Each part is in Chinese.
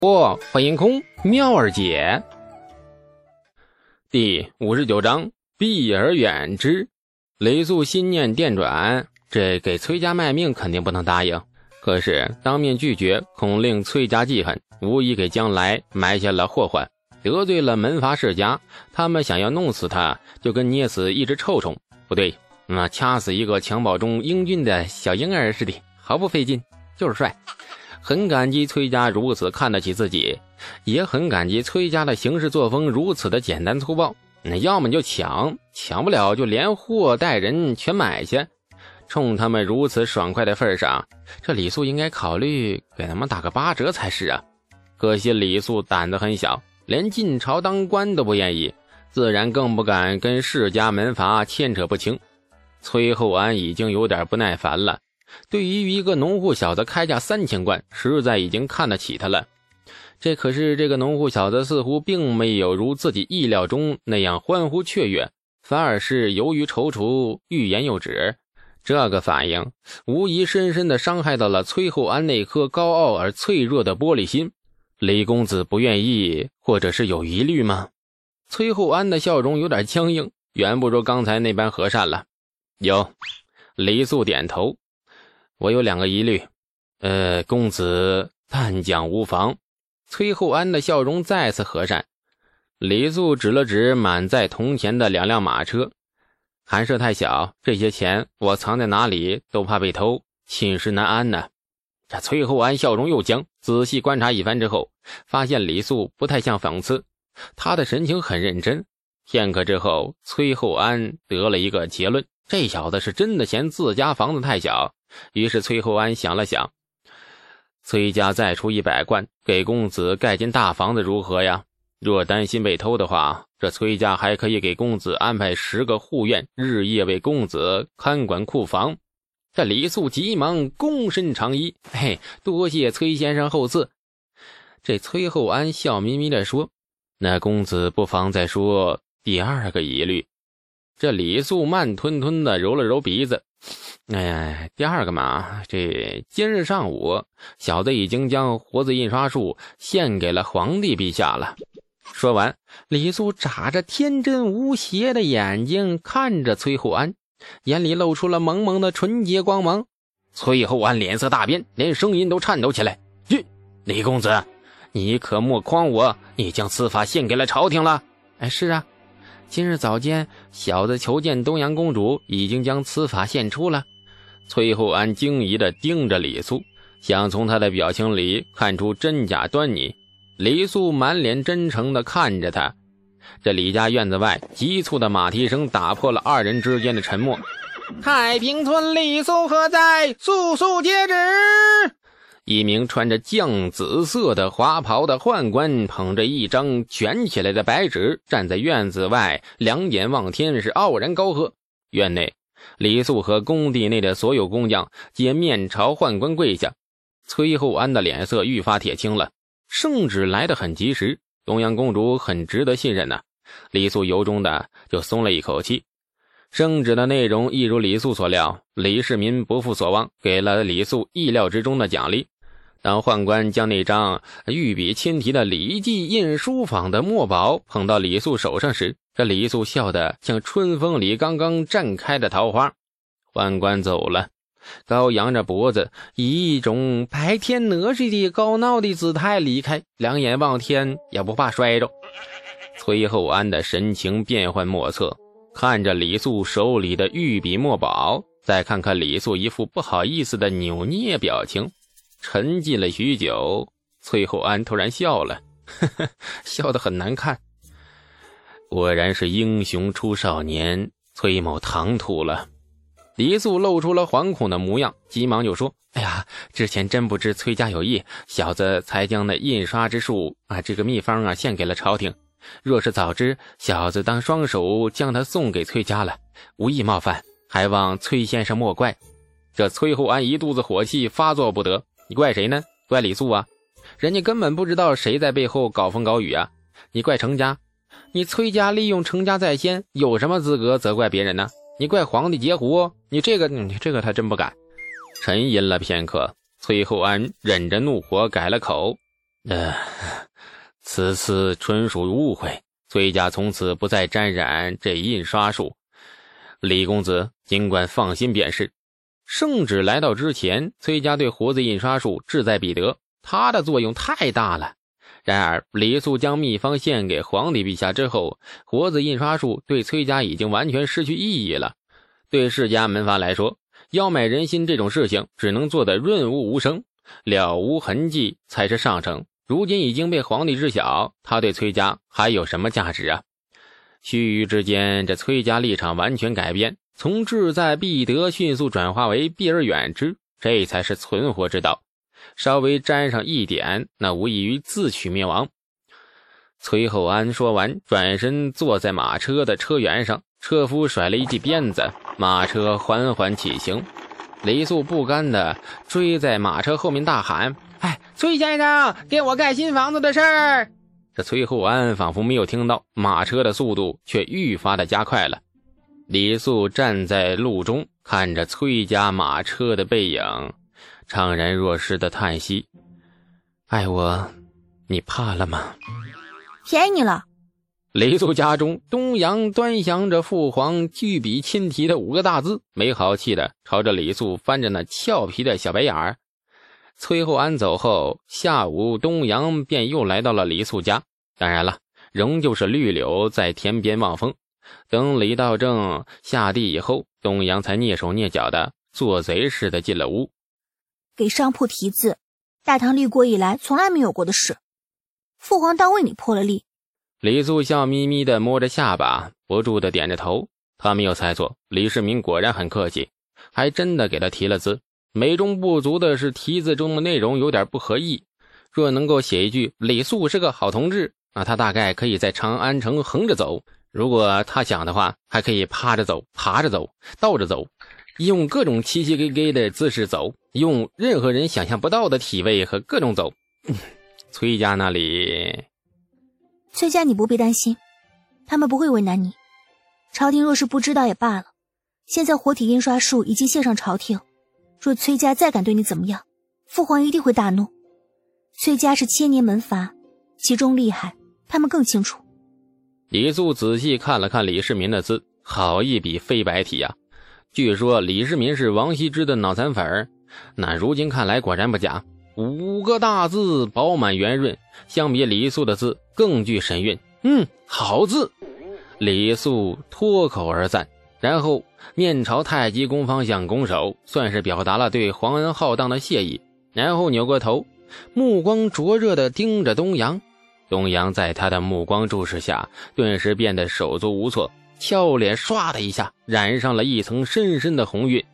欢迎空妙儿姐。第59章避而远之。雷肃心念电转，这给崔家卖命肯定不能答应，可是当面拒绝恐令崔家记恨，无疑给将来埋下了祸患，得罪了门阀世家，他们想要弄死他，就跟捏死一只臭虫，不对，掐死一个襁褓中英俊的小婴儿似的，毫不费劲，就是帅。很感激崔家如此看得起自己，也很感激崔家的行事作风如此的简单粗暴，要么就抢不了就连货带人全买下。冲他们如此爽快的份上，这李肃应该考虑给他们打个8折才是啊。可惜李肃胆子很小，连进朝当官都不愿意，自然更不敢跟世家门阀牵扯不清。崔厚安已经有点不耐烦了，对于一个农户小子开价3000贯，实在已经看得起他了。可是这个农户小子似乎并没有如自己意料中那样欢呼雀跃，反而是由于踌躇欲言又止。这个反应无疑深深地伤害到了崔厚安那颗高傲而脆弱的玻璃心。李公子不愿意，或者是有疑虑吗？崔厚安的笑容有点僵硬，远不如刚才那般和善了。有。李肃点头。我有2个疑虑，公子但讲无妨。崔厚安的笑容再次和善。李肃指了指满载铜钱的2辆马车，寒舍太小，这些钱我藏在哪里都怕被偷，寝食难安呢。这崔厚安笑容又僵，仔细观察一番之后，发现李肃不太像讽刺，他的神情很认真。片刻之后，崔厚安得了一个结论，这小子是真的嫌自家房子太小。于是崔厚安想了想，崔家再出100贯给公子盖间大房子如何呀？若担心被偷的话，这崔家还可以给公子安排10个护院，日夜为公子看管库房。这李肃急忙躬身长揖，多谢崔先生厚赐。这崔厚安笑眯眯地说，那公子不妨再说第2个疑虑。这李肃慢吞吞地揉了揉鼻子，第2个嘛，这今日上午小子已经将活字印刷术献给了皇帝陛下了。说完，李肃眨着天真无邪的眼睛看着崔厚安，眼里露出了蒙蒙的纯洁光芒。崔厚安脸色大变，连声音都颤抖起来，李公子，你可莫诓我，你将此法献给了朝廷了？是啊，今日早间小子求见东阳公主，已经将此法献出了。崔厚安惊疑地盯着李肃，想从他的表情里看出真假端倪。李肃满脸真诚地看着他。这李家院子外急促的马蹄声打破了2人之间的沉默。太平村李肃何在？速速接旨！一名穿着绛紫色的华袍的宦官捧着一张卷起来的白纸，站在院子外，两眼望天，是傲然高喝。院内，李肃和工地内的所有工匠皆面朝宦官跪下。崔厚安的脸色愈发铁青了。圣旨来得很及时，东阳公主很值得信任呐。李肃由衷的就松了一口气。圣旨的内容一如李肃所料，李世民不负所望，给了李肃意料之中的奖励。当宦官将那张御笔亲题的礼记印书坊的墨宝捧到李肃手上时，这李肃笑得像春风里刚刚绽开的桃花。宦官走了，高扬着脖子，以一种白天鹅似的高闹的姿态离开，两眼望天也不怕摔着。崔厚安的神情变幻莫测，看着李肃手里的御笔墨宝，再看看李肃一副不好意思的扭捏表情，沉寂了许久，崔厚安突然笑了，笑得很难看。果然是英雄出少年，崔某唐突了。李肃露出了惶恐的模样，急忙就说，之前真不知崔家有意，小子才将那印刷之术这个秘方献给了朝廷，若是早知，小子当双手将它送给崔家了，无意冒犯，还望崔先生莫怪。这崔厚安一肚子火气发作不得，你怪谁呢？怪李肃啊，人家根本不知道谁在背后搞风搞雨啊。你怪程家，你崔家利用程家在先，有什么资格责怪别人呢？你怪皇帝截胡，你这个他真不敢。沉吟了片刻，崔厚安忍着怒火改了口， 此次纯属误会，崔家从此不再沾染这印刷术。李公子尽管放心便是。圣旨来到之前，崔家对活字印刷术志在必得，它的作用太大了。然而李素将秘方献给皇帝陛下之后，活字印刷术对崔家已经完全失去意义了。对世家门阀来说，要买人心这种事情只能做得润物无声，了无痕迹才是上乘。如今已经被皇帝知晓，他对崔家还有什么价值啊？须臾之间，这崔家立场完全改变，从志在必得迅速转化为避而远之，这才是存活之道。稍微沾上一点，那无异于自取灭亡。崔厚安说完，转身坐在马车的车辕上，车夫甩了一记鞭子，马车缓缓起行。李素不甘地追在马车后面大喊：崔先生，给我盖新房子的事儿！这崔厚安仿佛没有听到，马车的速度却愈发的加快了。李素站在路中，看着崔家马车的背影，怅然若失的叹息：爱我，你怕了吗？ 便宜你了。 李素家中，东阳端详着父皇巨笔亲题的5个大字，没好气的朝着李素翻着那俏皮的小白眼儿。崔厚安走后，下午东阳便又来到了李素家，当然了，仍旧是绿柳在田边望风。等李道正下地以后，东阳才蹑手蹑脚的做贼似的进了屋。 给商铺题字，大唐立国以来从来没有过的事，父皇当为你破了例。 李素笑眯眯的摸着下巴，不住的点着头。他没有猜错，李世民果然很客气，还真的给他题了字。美中不足的是，题字中的内容有点不合意。若能够写一句李素是个好同志，那他大概可以在长安城横着走，如果他想的话，还可以趴着走、爬着走、倒着走，用各种奇奇怪怪的姿势走，用任何人想象不到的体位和各种走。崔家那里， 崔家你不必担心，他们不会为难你。朝廷若是不知道也罢了，现在活体印刷术已经献上朝廷，若崔家再敢对你怎么样，父皇一定会大怒。崔家是千年门阀，其中厉害他们更清楚。 李素仔细看了看李世民的字，好一笔飞白体啊！据说李世民是王羲之的脑残粉，那如今看来果然不假。5个大字饱满圆润，相比李素的字更具神韵。好字！李素脱口而赞，然后面朝太极宫方向拱手，算是表达了对皇恩浩荡的谢意，然后扭过头，目光灼热地盯着东阳。东阳在他的目光注视下，顿时变得手足无措，俏脸唰的一下染上了一层深深的红晕。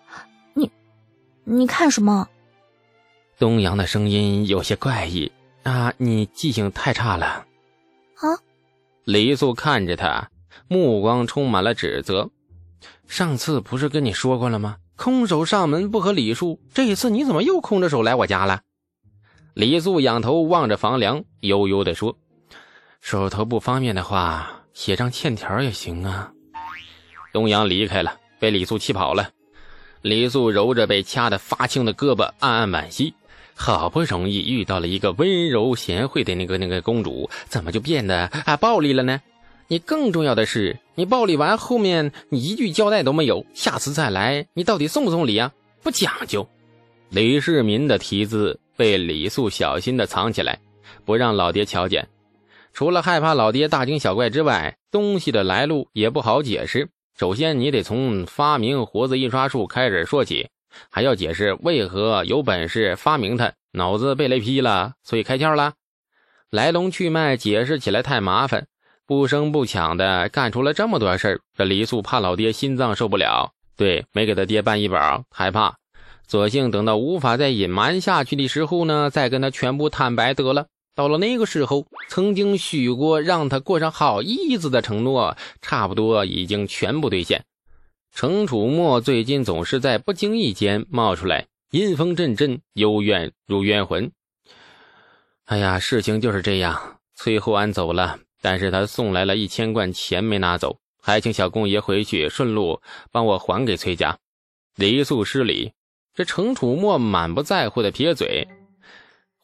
你看什么？ 东阳的声音有些怪异。你记性太差了。 啊？ 李素看着他，目光充满了指责。上次不是跟你说过了吗？空手上门不合礼数，这一次你怎么又空着手来我家了？李素仰头望着房梁，悠悠地说：手头不方便的话，写张欠条也行啊。东阳离开了，被李素气跑了。李素揉着被掐得发青的胳膊，暗暗惋惜，好不容易遇到了一个温柔贤惠的那个公主，怎么就变得暴力了呢？你更重要的是，你暴力完后面你一句交代都没有，下次再来你到底送不送礼啊？不讲究。李世民的题字被李素小心地藏起来，不让老爹瞧见。除了害怕老爹大惊小怪之外，东西的来路也不好解释。首先你得从发明活字印刷术开始说起，还要解释为何有本事发明它，脑子被雷劈了，所以开窍了。来龙去脉解释起来太麻烦，不声不响的干出了这么多事儿，这李素怕老爹心脏受不了，对，没给他爹办医保，害怕，索性等到无法再隐瞒下去的时候呢，再跟他全部坦白得了。到了那个时候，曾经许过让他过上好日子的承诺，差不多已经全部兑现。程楚墨最近总是在不经意间冒出来，阴风阵阵，幽怨如冤魂。哎呀，事情就是这样，崔厚安走了，但是他送来了1000贯钱没拿走，还请小公爷回去顺路帮我还给崔家。李素失礼，这程楚墨满不在乎的撇嘴，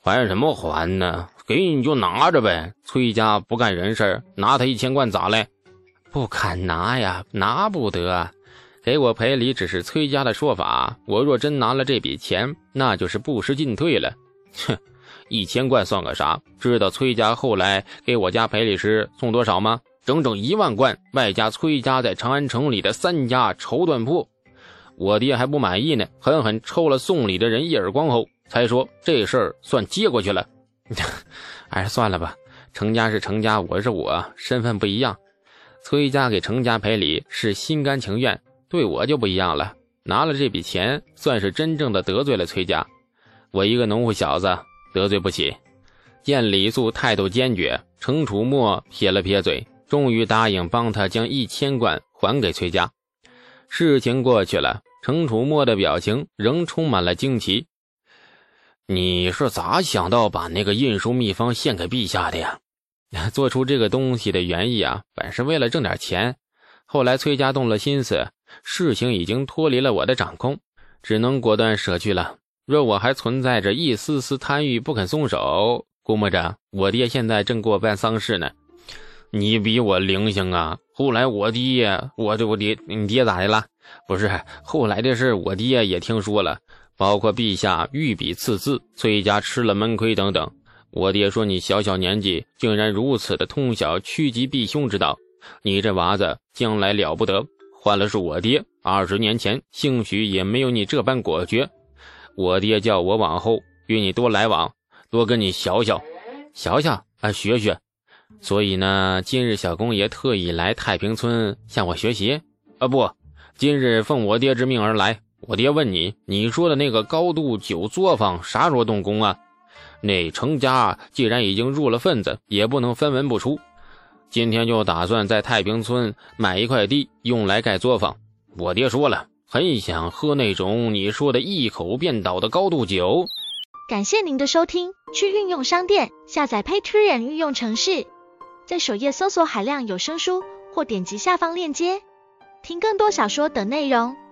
还什么还呢？给你就拿着呗。崔家不干人事，拿他1000贯咋嘞？不敢拿呀，拿不得。给我赔礼只是崔家的说法，我若真拿了这笔钱，那就是不思进退了。哼，1000贯算个啥？知道崔家后来给我家赔礼时送多少吗？整整1万贯，外加崔家在长安城里的3家绸缎铺。我爹还不满意呢，狠狠抽了送礼的人一耳光后，才说这事儿算接过去了。还是算了吧，程家是程家，我是我，身份不一样。崔家给程家赔礼是心甘情愿，对我就不一样了。拿了这笔钱，算是真正的得罪了崔家。我一个农户小子，得罪不起。见李素态度坚决，程楚墨撇了撇嘴，终于答应帮他将1000贯还给崔家。事情过去了，程楚墨的表情仍充满了惊奇。你是咋想到把那个印书秘方献给陛下的呀？做出这个东西的原意啊，本是为了挣点钱。后来崔家动了心思，事情已经脱离了我的掌控，只能果断舍去了。若我还存在着一丝丝贪欲不肯松手，估摸着我爹现在正给我办丧事呢。你比我灵性啊！后来我爹，你爹咋的了？不是，后来的事我爹也听说了，包括陛下御笔赐字，崔家吃了闷亏等等。我爹说你小小年纪竟然如此的通晓趋吉避凶之道，你这娃子将来了不得。换了是我爹，20年前兴许也没有你这般果决。我爹叫我往后与你多来往，多跟你学学。所以呢，今日小公爷特意来太平村向我学习。不，今日奉我爹之命而来。我爹问你说的那个高度酒作坊啥时候动工啊？那程家既然已经入了份子，也不能分文不出。今天就打算在太平村买一块地，用来盖作坊。我爹说了，很想喝那种你说的一口便倒的高度酒。 感谢您的收听，去运用商店下载 Patreon 运用程式，在首页搜索海量有声书，或点击下方链接听更多小说等内容。